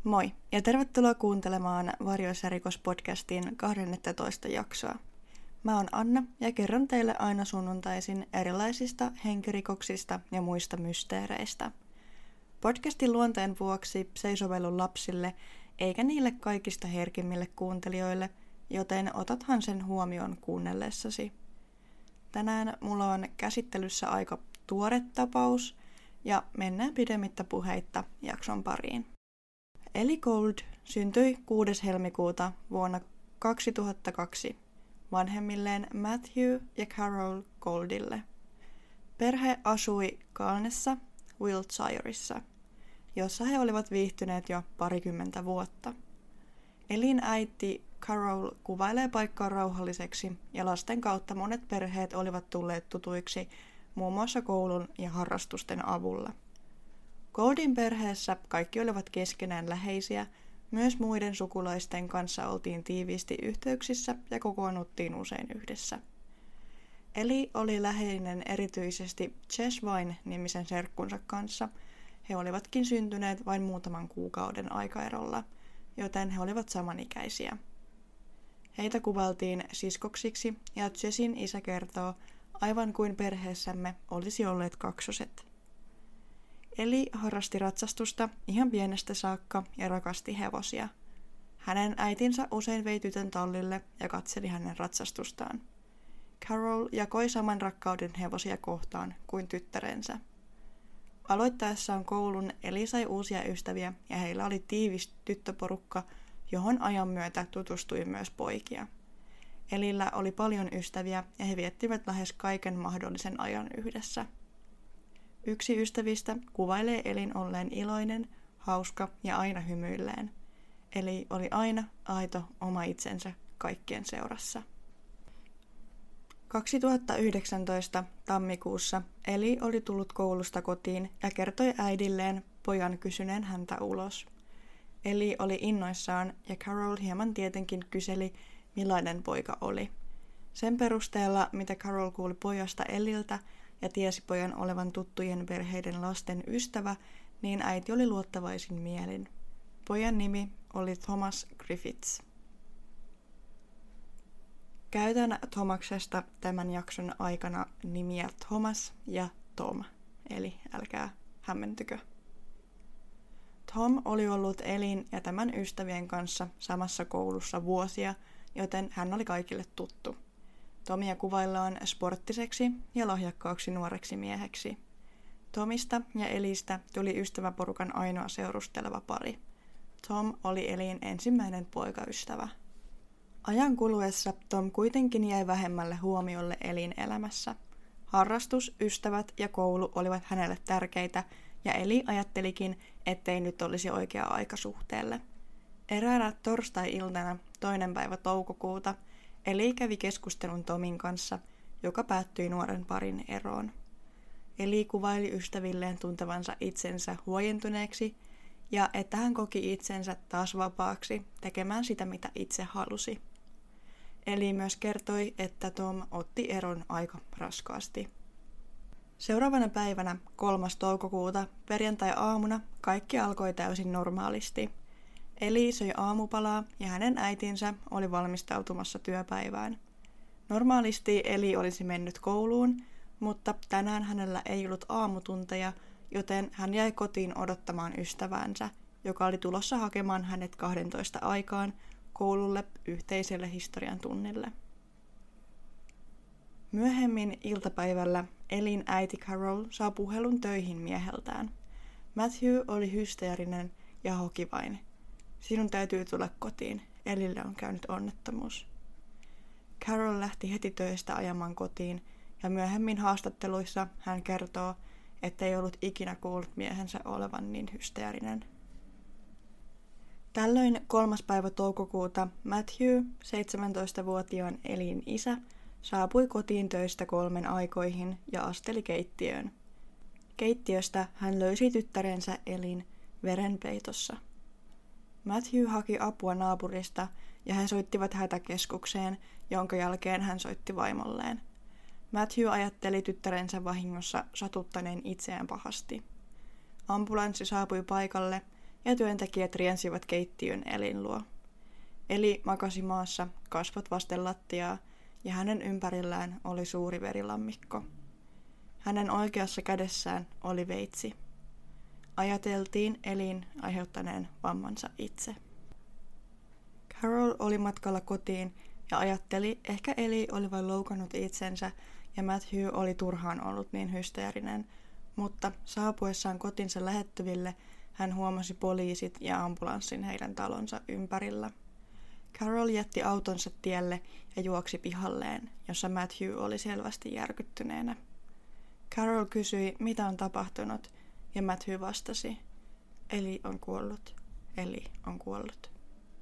Moi ja tervetuloa kuuntelemaan Varjoissa rikospodcastin 12. jaksoa. Mä oon Anna ja kerron teille aina sunnuntaisin erilaisista henkirikoksista ja muista mysteereistä. Podcastin luonteen vuoksi se ei sovellu lapsille eikä niille kaikista herkimmille kuuntelijoille, joten otathan sen huomioon kuunnellessasi. Tänään mulla on käsittelyssä aika tuore tapaus ja mennään pidemmittä puheitta jakson pariin. Ellie Gold syntyi 6. helmikuuta vuonna 2002 vanhemmilleen Matthew ja Carol Goldille. Perhe asui Galnessa, Wiltshireissa, jossa he olivat viihtyneet jo parikymmentä vuotta. Ellien äiti Carol kuvailee paikkaa rauhalliseksi ja lasten kautta monet perheet olivat tulleet tutuiksi muun muassa koulun ja harrastusten avulla. Goldin perheessä kaikki olivat keskenään läheisiä, myös muiden sukulaisten kanssa oltiin tiiviisti yhteyksissä ja kokoonnuttiin usein yhdessä. Ellie oli läheinen erityisesti Jess Vine-nimisen serkkunsa kanssa. He olivatkin syntyneet vain muutaman kuukauden aikaerolla, joten he olivat samanikäisiä. Heitä kuvailtiin siskoksiksi ja Jessin isä kertoo, aivan kuin perheessämme olisi olleet kaksoset. Ellie harrasti ratsastusta ihan pienestä saakka ja rakasti hevosia. Hänen äitinsä usein vei tytön tallille ja katseli hänen ratsastustaan. Carol jakoi saman rakkauden hevosia kohtaan kuin tyttärensä. Aloittaessaan koulun Ellie sai uusia ystäviä ja heillä oli tiivis tyttöporukka, johon ajan myötä tutustui myös poikia. Ellillä oli paljon ystäviä ja he viettivät lähes kaiken mahdollisen ajan yhdessä. Yksi ystävistä kuvailee Ellien olleen iloinen, hauska ja aina hymyilleen. Ellie oli aina aito oma itsensä kaikkien seurassa. 2019 tammikuussa Ellie oli tullut koulusta kotiin ja kertoi äidilleen pojan kysyneen häntä ulos. Ellie oli innoissaan ja Carol hieman tietenkin kyseli, millainen poika oli. Sen perusteella, mitä Carol kuuli pojasta Elliltä ja tiesi pojan olevan tuttujen perheiden lasten ystävä, niin äiti oli luottavaisin mielin. Pojan nimi oli Thomas Griffiths. Käytän Thomaksesta tämän jakson aikana nimiä Thomas ja Tom, eli älkää hämmentykö. Tom oli ollut Ellien ja tämän ystävien kanssa samassa koulussa vuosia, joten hän oli kaikille tuttu. Tomia kuvaillaan sporttiseksi ja lahjakkaaksi nuoreksi mieheksi. Tomista ja Elliestä tuli ystäväporukan ainoa seurusteleva pari. Tom oli Ellien ensimmäinen poikaystävä. Ajan kuluessa Tom kuitenkin jäi vähemmälle huomiolle Ellien elämässä. Harrastus, ystävät ja koulu olivat hänelle tärkeitä, ja Ellie ajattelikin, ettei nyt olisi oikea aika suhteelle. Eräänä torstai-iltana 2. päivä toukokuuta Ellie kävi keskustelun Tomin kanssa, joka päättyi nuoren parin eroon. Ellie kuvaili ystävilleen tuntevansa itsensä huojentuneeksi ja että hän koki itsensä taas vapaaksi tekemään sitä, mitä itse halusi. Ellie myös kertoi, että Tom otti eron aika raskaasti. Seuraavana päivänä 3. toukokuuta perjantai-aamuna kaikki alkoi täysin normaalisti. Ellie söi aamupalaa ja hänen äitinsä oli valmistautumassa työpäivään. Normaalisti Ellie olisi mennyt kouluun, mutta tänään hänellä ei ollut aamutunteja, joten hän jäi kotiin odottamaan ystäväänsä, joka oli tulossa hakemaan hänet 12 aikaan koululle yhteiselle historian tunnille. Myöhemmin iltapäivällä Ellien äiti Carol saa puhelun töihin mieheltään. Matthew oli hysteerinen ja hoki vain. Sinun täytyy tulla kotiin. Ellille on käynyt onnettomuus. Carol lähti heti töistä ajamaan kotiin ja myöhemmin haastatteluissa hän kertoo, ettei ollut ikinä kuullut miehensä olevan niin hysteerinen. Tällöin 3. päivä toukokuuta Matthew, 17-vuotiaan Ellien isä, saapui kotiin töistä 3 aikoihin ja asteli keittiöön. Keittiöstä hän löysi tyttärensä Ellien verenpeitossa. Matthew haki apua naapurista ja he soittivat hätäkeskukseen, jonka jälkeen hän soitti vaimolleen. Matthew ajatteli tyttärensä vahingossa satuttaneen itseään pahasti. Ambulanssi saapui paikalle ja työntekijät riensivät keittiön Elin luo. Eli makasi maassa, kasvot vasten lattiaa, ja hänen ympärillään oli suuri verilammikko. Hänen oikeassa kädessään oli veitsi. Ajateltiin Elin aiheuttaneen vammansa itse. Carol oli matkalla kotiin ja ajatteli, ehkä Eli oli vain loukannut itsensä ja Matthew oli turhaan ollut niin hysteerinen, mutta saapuessaan kotinsa lähettyville hän huomasi poliisit ja ambulanssin heidän talonsa ympärillä. Carol jätti autonsa tielle ja juoksi pihalleen, jossa Matthew oli selvästi järkyttyneenä. Carol kysyi, mitä on tapahtunut, ja Matthew vastasi, Eli on kuollut, Eli on kuollut.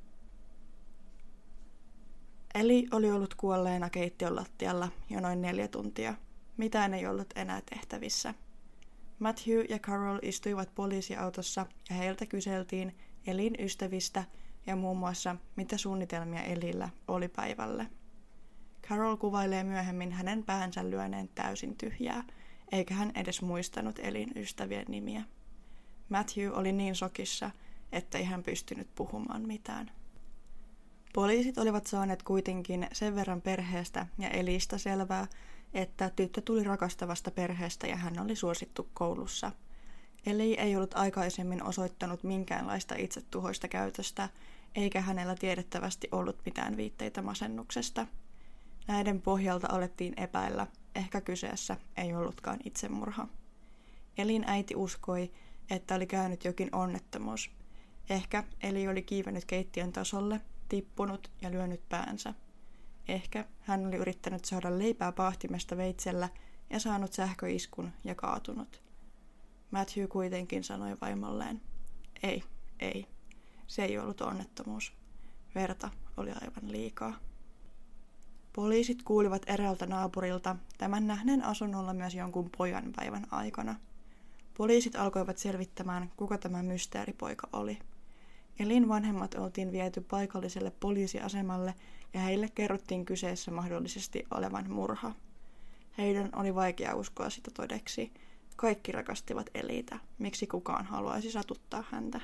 Eli oli ollut kuolleena keittiön lattialla jo noin 4 tuntia. Mitään ei ollut enää tehtävissä. Matthew ja Carol istuivat poliisiautossa ja heiltä kyseltiin Elin ystävistä ja muun muassa mitä suunnitelmia Elillä oli päivälle. Carol kuvailee myöhemmin hänen päänsä lyöneen täysin tyhjää, eikä hän edes muistanut Elin ystävien nimiä. Matthew oli niin shokissa, ettei hän pystynyt puhumaan mitään. Poliisit olivat saaneet kuitenkin sen verran perheestä ja Elistä selvää, että tyttö tuli rakastavasta perheestä ja hän oli suosittu koulussa. Eli ei ollut aikaisemmin osoittanut minkäänlaista itsetuhoista käytöstä, eikä hänellä tiedettävästi ollut mitään viitteitä masennuksesta. Näiden pohjalta alettiin epäillä, ehkä kyseessä ei ollutkaan itsemurha. Elin äiti uskoi, että oli käynyt jokin onnettomuus. Ehkä Eli oli kiivennyt keittiön tasolle, tippunut ja lyönyt päänsä. Ehkä hän oli yrittänyt saada leipää paahtimesta veitsellä ja saanut sähköiskun ja kaatunut. Matthew kuitenkin sanoi vaimolleen, ei, se ei ollut onnettomuus. Verta oli aivan liikaa. Poliisit kuulivat eräältä naapurilta tämän nähneen asunnolla myös jonkun pojan päivän aikana. Poliisit alkoivat selvittämään, kuka tämä mysteeripoika oli. Elin vanhemmat oltiin viety paikalliselle poliisiasemalle ja heille kerrottiin kyseessä mahdollisesti olevan murha. Heidän oli vaikea uskoa sitä todeksi. Kaikki rakastivat Elitä. Miksi kukaan haluaisi satuttaa häntä?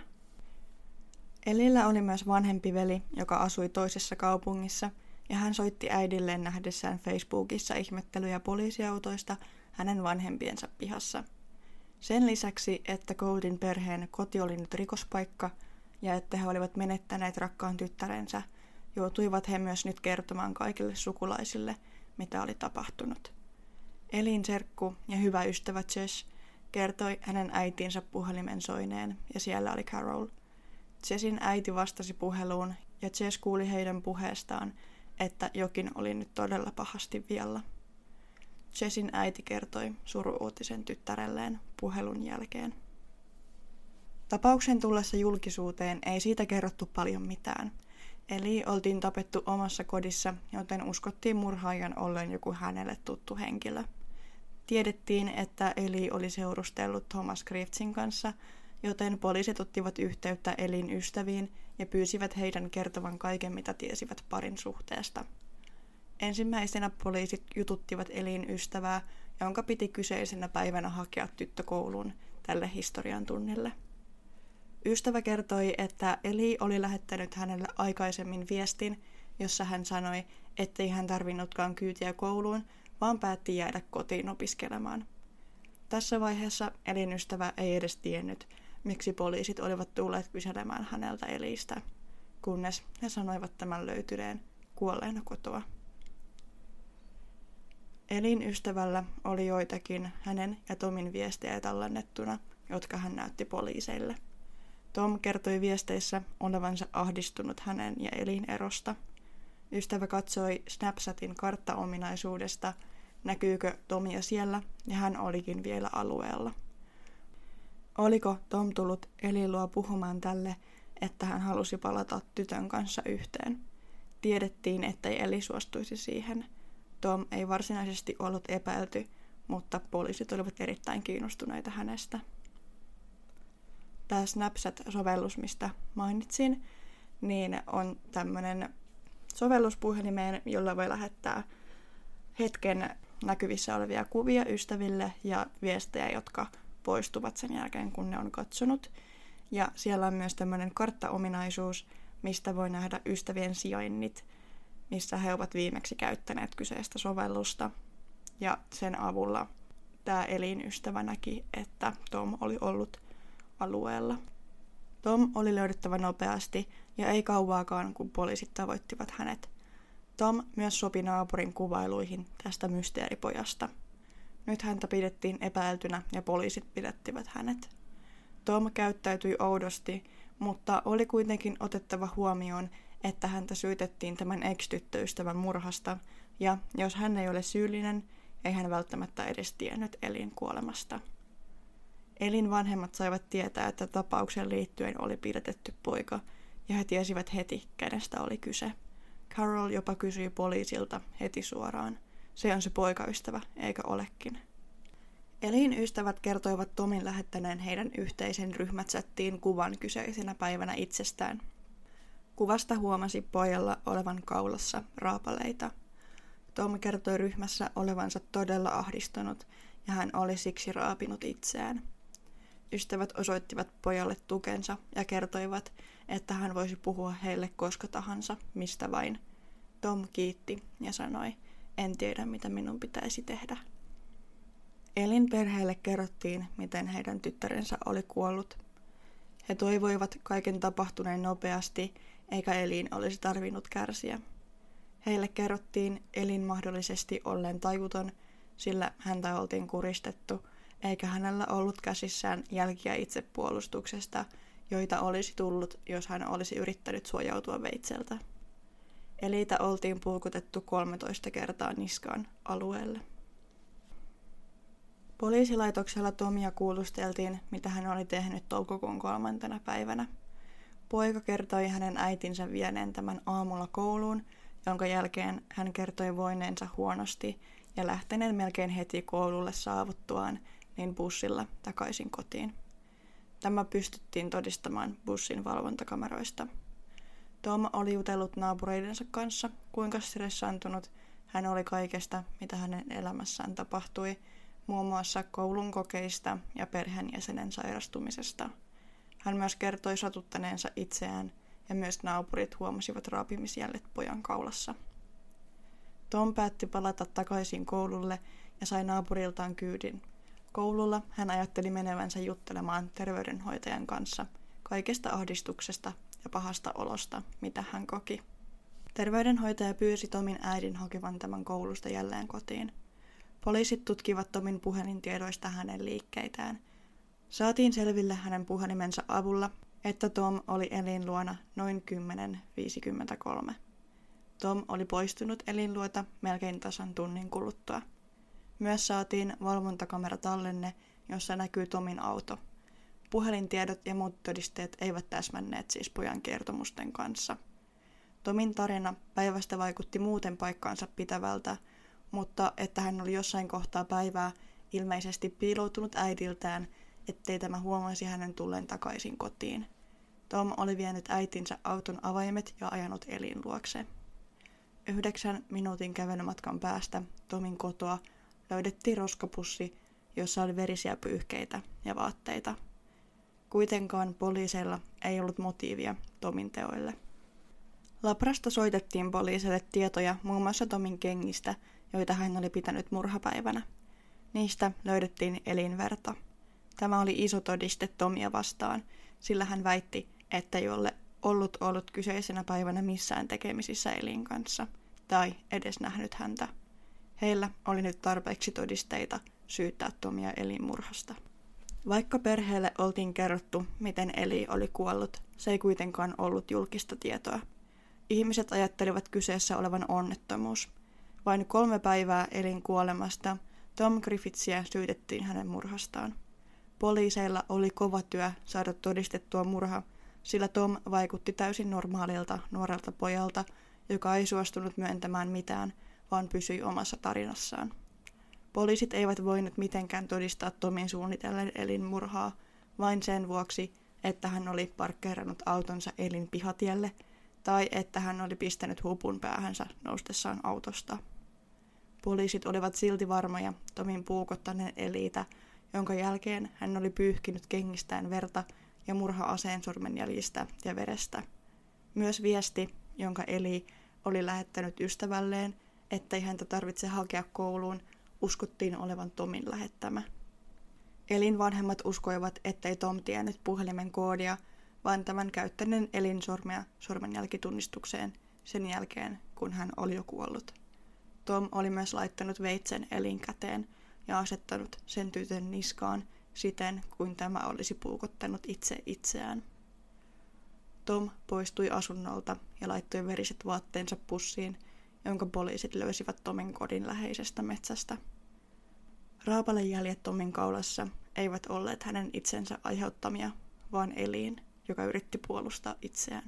Elillä oli myös vanhempi veli, joka asui toisessa kaupungissa, ja hän soitti äidilleen nähdessään Facebookissa ihmettelyjä poliisiautoista hänen vanhempiensa pihassa. Sen lisäksi, että Goldin perheen koti oli nyt rikospaikka, ja että he olivat menettäneet rakkaan tyttärensä, joutuivat he myös nyt kertomaan kaikille sukulaisille, mitä oli tapahtunut. Elin serkku ja hyvä ystävä Jess kertoi hänen äitinsä puhelimen soineen, ja siellä oli Carol. Jessin äiti vastasi puheluun, ja Jess kuuli heidän puheestaan, että jokin oli nyt todella pahasti vialla. Jessin äiti kertoi suru-uutisen tyttärelleen puhelun jälkeen. Tapauksen tullessa julkisuuteen ei siitä kerrottu paljon mitään. Eli oltiin tapettu omassa kodissa, joten uskottiin murhaajan ollen joku hänelle tuttu henkilö. Tiedettiin, että Eli oli seurustellut Thomas Griffithsin kanssa, joten poliisit ottivat yhteyttä Elin ystäviin ja pyysivät heidän kertovan kaiken, mitä tiesivät parin suhteesta. Ensimmäisenä poliisit jututtivat Elin ystävää, jonka piti kyseisenä päivänä hakea tyttö kouluun tälle historian tunnille. Ystävä kertoi, että Eli oli lähettänyt hänelle aikaisemmin viestin, jossa hän sanoi, ettei hän tarvinnutkaan kyytiä kouluun, vaan päätti jäädä kotiin opiskelemaan. Tässä vaiheessa Elin ystävä ei edes tiennyt, miksi poliisit olivat tulleet kyselemään häneltä Elistä, kunnes he sanoivat tämän löytyneen kuolleena kotoa. Elin ystävällä oli joitakin hänen ja Tomin viestejä tallennettuna, jotka hän näytti poliiseille. Tom kertoi viesteissä olevansa ahdistunut hänen ja Elin erosta. Ystävä katsoi Snapchatin karttaominaisuudesta, näkyykö Tomia siellä, ja hän olikin vielä alueella. Oliko Tom tullut Elin luo puhumaan tälle, että hän halusi palata tytön kanssa yhteen? Tiedettiin, ettei Eli suostuisi siihen. Tom ei varsinaisesti ollut epäilty, mutta poliisit olivat erittäin kiinnostuneita hänestä. Tämä Snapchat-sovellus, mistä mainitsin, niin on tämmöinen sovellus puhelimeen, jolla voi lähettää hetken näkyvissä olevia kuvia ystäville ja viestejä, jotka poistuvat sen jälkeen, kun ne on katsonut. Ja siellä on myös tämmöinen karttaominaisuus, mistä voi nähdä ystävien sijainnit, missä he ovat viimeksi käyttäneet kyseistä sovellusta. Ja sen avulla tämä elinystävä näki, että Tom oli ollut alueella. Tom oli löydettävä nopeasti ja ei kauaakaan, kun poliisit tavoittivat hänet. Tom myös sopi naapurin kuvailuihin tästä mysteeripojasta. Nyt häntä pidettiin epäiltynä ja poliisit pidättivät hänet. Tom käyttäytyi oudosti, mutta oli kuitenkin otettava huomioon, että häntä syytettiin tämän ex-tyttöystävän murhasta, ja jos hän ei ole syyllinen, ei hän välttämättä edes tiennyt Elin kuolemasta. Elin vanhemmat saivat tietää, että tapaukseen liittyen oli pidätetty poika, ja he tiesivät heti, kenestä oli kyse. Carol jopa kysyi poliisilta heti suoraan. Se on se poikaystävä, eikö olekin? Elin ystävät kertoivat Tomin lähettäneen heidän yhteisen ryhmächattiin kuvan kyseisenä päivänä itsestään. Kuvasta huomasi pojalla olevan kaulassa raapaleita. Tom kertoi ryhmässä olevansa todella ahdistunut ja hän oli siksi raapinut itseään. Ystävät osoittivat pojalle tukensa ja kertoivat, että hän voisi puhua heille koska tahansa, mistä vain. Tom kiitti ja sanoi, en tiedä mitä minun pitäisi tehdä. Elin perheelle kerrottiin, miten heidän tyttärensä oli kuollut. He toivoivat kaiken tapahtuneen nopeasti, eikä Elin olisi tarvinnut kärsiä. Heille kerrottiin Elin mahdollisesti olleen tajuton, sillä häntä oltiin kuristettu, eikä hänellä ollut käsissään jälkiä itsepuolustuksesta, joita olisi tullut, jos hän olisi yrittänyt suojautua veitseltä. Elitä oltiin puukutettu 13 kertaa niskaan alueelle. Poliisilaitoksella Tomia kuulusteltiin, mitä hän oli tehnyt toukokuun 3. päivänä. Poika kertoi hänen äitinsä vieneen tämän aamulla kouluun, jonka jälkeen hän kertoi voineensa huonosti ja lähteneen melkein heti koululle saavuttuaan niin bussilla takaisin kotiin. Tämä pystyttiin todistamaan bussin valvontakameroista. Tom oli jutellut naapureidensa kanssa, kuinka stressaantunut hän oli kaikesta, mitä hänen elämässään tapahtui, muun muassa koulun kokeista ja perheenjäsenen sairastumisesta. Hän myös kertoi satuttaneensa itseään ja myös naapurit huomasivat raapimisjäljet pojan kaulassa. Tom päätti palata takaisin koululle ja sai naapuriltaan kyydin. Koululla hän ajatteli menevänsä juttelemaan terveydenhoitajan kanssa kaikesta ahdistuksesta ja pahasta olosta, mitä hän koki. Terveydenhoitaja pyysi Tomin äidin hakevan tämän koulusta jälleen kotiin. Poliisit tutkivat Tomin puhelintiedoista hänen liikkeitään. Saatiin selville hänen puhelimensa avulla, että Tom oli Elin luona noin 10:53. Tom oli poistunut Elin luota melkein tasan tunnin kuluttua. Myös saatiin valvontakameratallenne, jossa näkyy Tomin auto. Puhelintiedot ja muut todisteet eivät täsmänneet siis pojan kertomusten kanssa. Tomin tarina päivästä vaikutti muuten paikkaansa pitävältä, mutta että hän oli jossain kohtaa päivää ilmeisesti piiloutunut äidiltään, ettei tämä huomasi hänen tulleen takaisin kotiin. Tom oli vienyt äitinsä auton avaimet ja ajanut Elin luokse. 9 minuutin kävelymatkan päästä Tomin kotoa löydettiin roskapussi, jossa oli verisiä pyyhkeitä ja vaatteita. Kuitenkaan poliiseilla ei ollut motiivia Tomin teoille. Labrasta soitettiin poliisille tietoja muun muassa Tomin kengistä, joita hän oli pitänyt murhapäivänä. Niistä löydettiin elinverta. Tämä oli iso todiste Tomia vastaan, sillä hän väitti, ettei ole ollut kyseisenä päivänä missään tekemisissä Elin kanssa, tai edes nähnyt häntä. Heillä oli nyt tarpeeksi todisteita syyttää Tomia Elin murhasta. Vaikka perheelle oltiin kerrottu, miten Eli oli kuollut, se ei kuitenkaan ollut julkista tietoa. Ihmiset ajattelivat kyseessä olevan onnettomuus. Vain 3 päivää Elin kuolemasta Tom Griffithsia syytettiin hänen murhastaan. Poliiseilla oli kova työ saada todistettua murha, sillä Tom vaikutti täysin normaalilta nuorelta pojalta, joka ei suostunut myöntämään mitään, vaan pysyi omassa tarinassaan. Poliisit eivät voineet mitenkään todistaa Tomin suunnitellen Elin murhaa vain sen vuoksi, että hän oli parkkeerannut autonsa Elin pihatielle tai että hän oli pistänyt hupun päähänsä noustessaan autosta. Poliisit olivat silti varmoja Tomin puukottaneen Elitä, jonka jälkeen hän oli pyyhkinyt kengistään verta ja murha-aseen sormenjäljistä ja verestä. Myös viesti, jonka Eli oli lähettänyt ystävälleen, ettei häntä tarvitse hakea kouluun, uskottiin olevan Tomin lähettämä. Elin vanhemmat uskoivat, ettei Tom tiennyt puhelimen koodia, vaan tämän käyttäneen Elin sormea sormenjälkitunnistukseen sen jälkeen, kun hän oli jo kuollut. Tom oli myös laittanut veitsen Elin käteen ja asettanut sen tytön niskaan siten, kuin tämä olisi puukottanut itse itseään. Tom poistui asunnolta ja laittoi veriset vaatteensa pussiin, jonka poliisit löysivät Tomin kodin läheisestä metsästä. Raapalejäljet Tomin kaulassa eivät olleet hänen itsensä aiheuttamia, vaan Elin, joka yritti puolustaa itseään.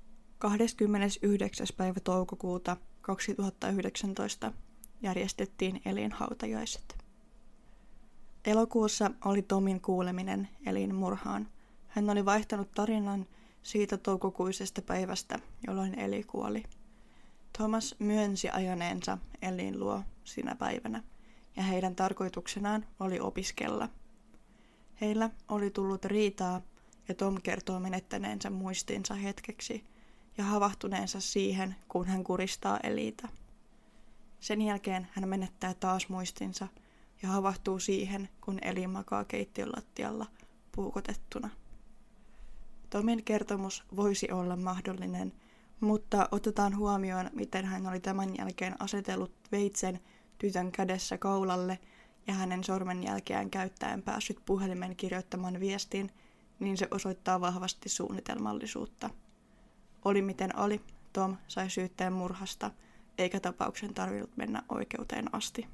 29. päivä toukokuuta 2019 järjestettiin Elin hautajaiset. Elokuussa oli Tomin kuuleminen Elin murhaan. Hän oli vaihtanut tarinan siitä toukokuisesta päivästä, jolloin Eli kuoli. Thomas myönsi ajaneensa Elin luo sinä päivänä, ja heidän tarkoituksenaan oli opiskella. Heillä oli tullut riitaa, ja Tom kertoo menettäneensä muistinsa hetkeksi ja havahtuneensa siihen, kun hän kuristaa Elitä. Sen jälkeen hän menettää taas muistinsa ja havahtuu siihen, kun Eli makaa keittiön lattialla puukotettuna. Tomin kertomus voisi olla mahdollinen, mutta otetaan huomioon, miten hän oli tämän jälkeen asetellut veitsen tytön kädessä kaulalle ja hänen sormenjälkeään käyttäen päässyt puhelimen kirjoittamaan viestin, niin se osoittaa vahvasti suunnitelmallisuutta. Oli miten oli, Tom sai syytteen murhasta, eikä tapauksen tarvinnut mennä oikeuteen asti.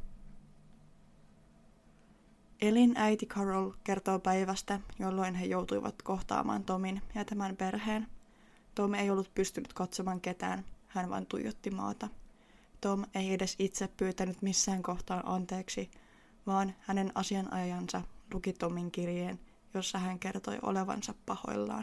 Elin äiti Carol kertoo päivästä, jolloin he joutuivat kohtaamaan Tomin ja tämän perheen. Tom ei ollut pystynyt katsomaan ketään, hän vain tuijotti maata. Tom ei edes itse pyytänyt missään kohtaa anteeksi, vaan hänen asianajajansa luki Tomin kirjeen, jossa hän kertoi olevansa pahoillaan.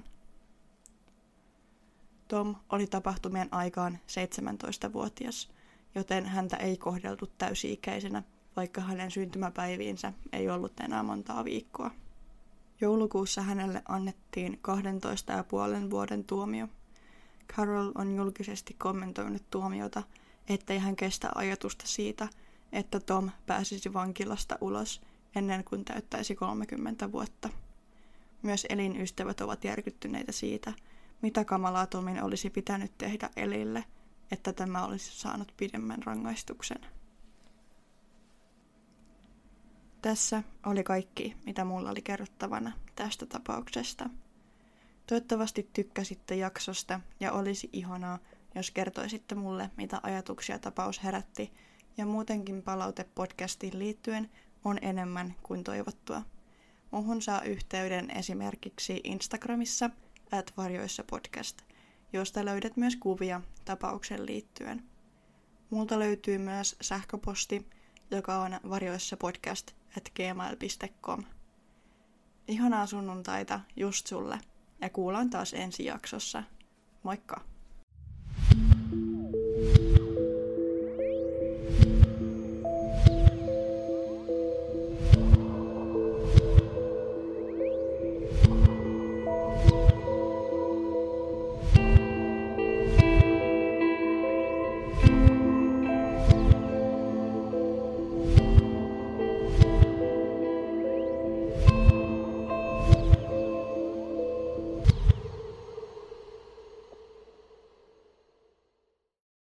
Tom oli tapahtumien aikaan 17-vuotias, joten häntä ei kohdeltu täysi-ikäisenä, vaikka hänen syntymäpäiviinsä ei ollut enää montaa viikkoa. Joulukuussa hänelle annettiin 12,5 vuoden tuomio. Carol on julkisesti kommentoinut tuomiota, ettei hän kestä ajatusta siitä, että Tom pääsisi vankilasta ulos ennen kuin täyttäisi 30 vuotta. Myös Elin ystävät ovat järkyttyneitä siitä, mitä kamalaa Tomin olisi pitänyt tehdä Elille, että tämä olisi saanut pidemmän rangaistuksen. Tässä oli kaikki, mitä mulla oli kerrottavana tästä tapauksesta. Toivottavasti tykkäsitte jaksosta ja olisi ihanaa, jos kertoisitte mulle, mitä ajatuksia tapaus herätti, ja muutenkin palaute podcastiin liittyen on enemmän kuin toivottua. Muhun saa yhteyden esimerkiksi Instagramissa @varjoissapodcast, josta löydät myös kuvia tapauksen liittyen. Multa löytyy myös sähköposti, joka on varjoissapodcast@gmail.com. Ihanaa sunnuntaita just sulle ja kuullaan taas ensi jaksossa. Moikka!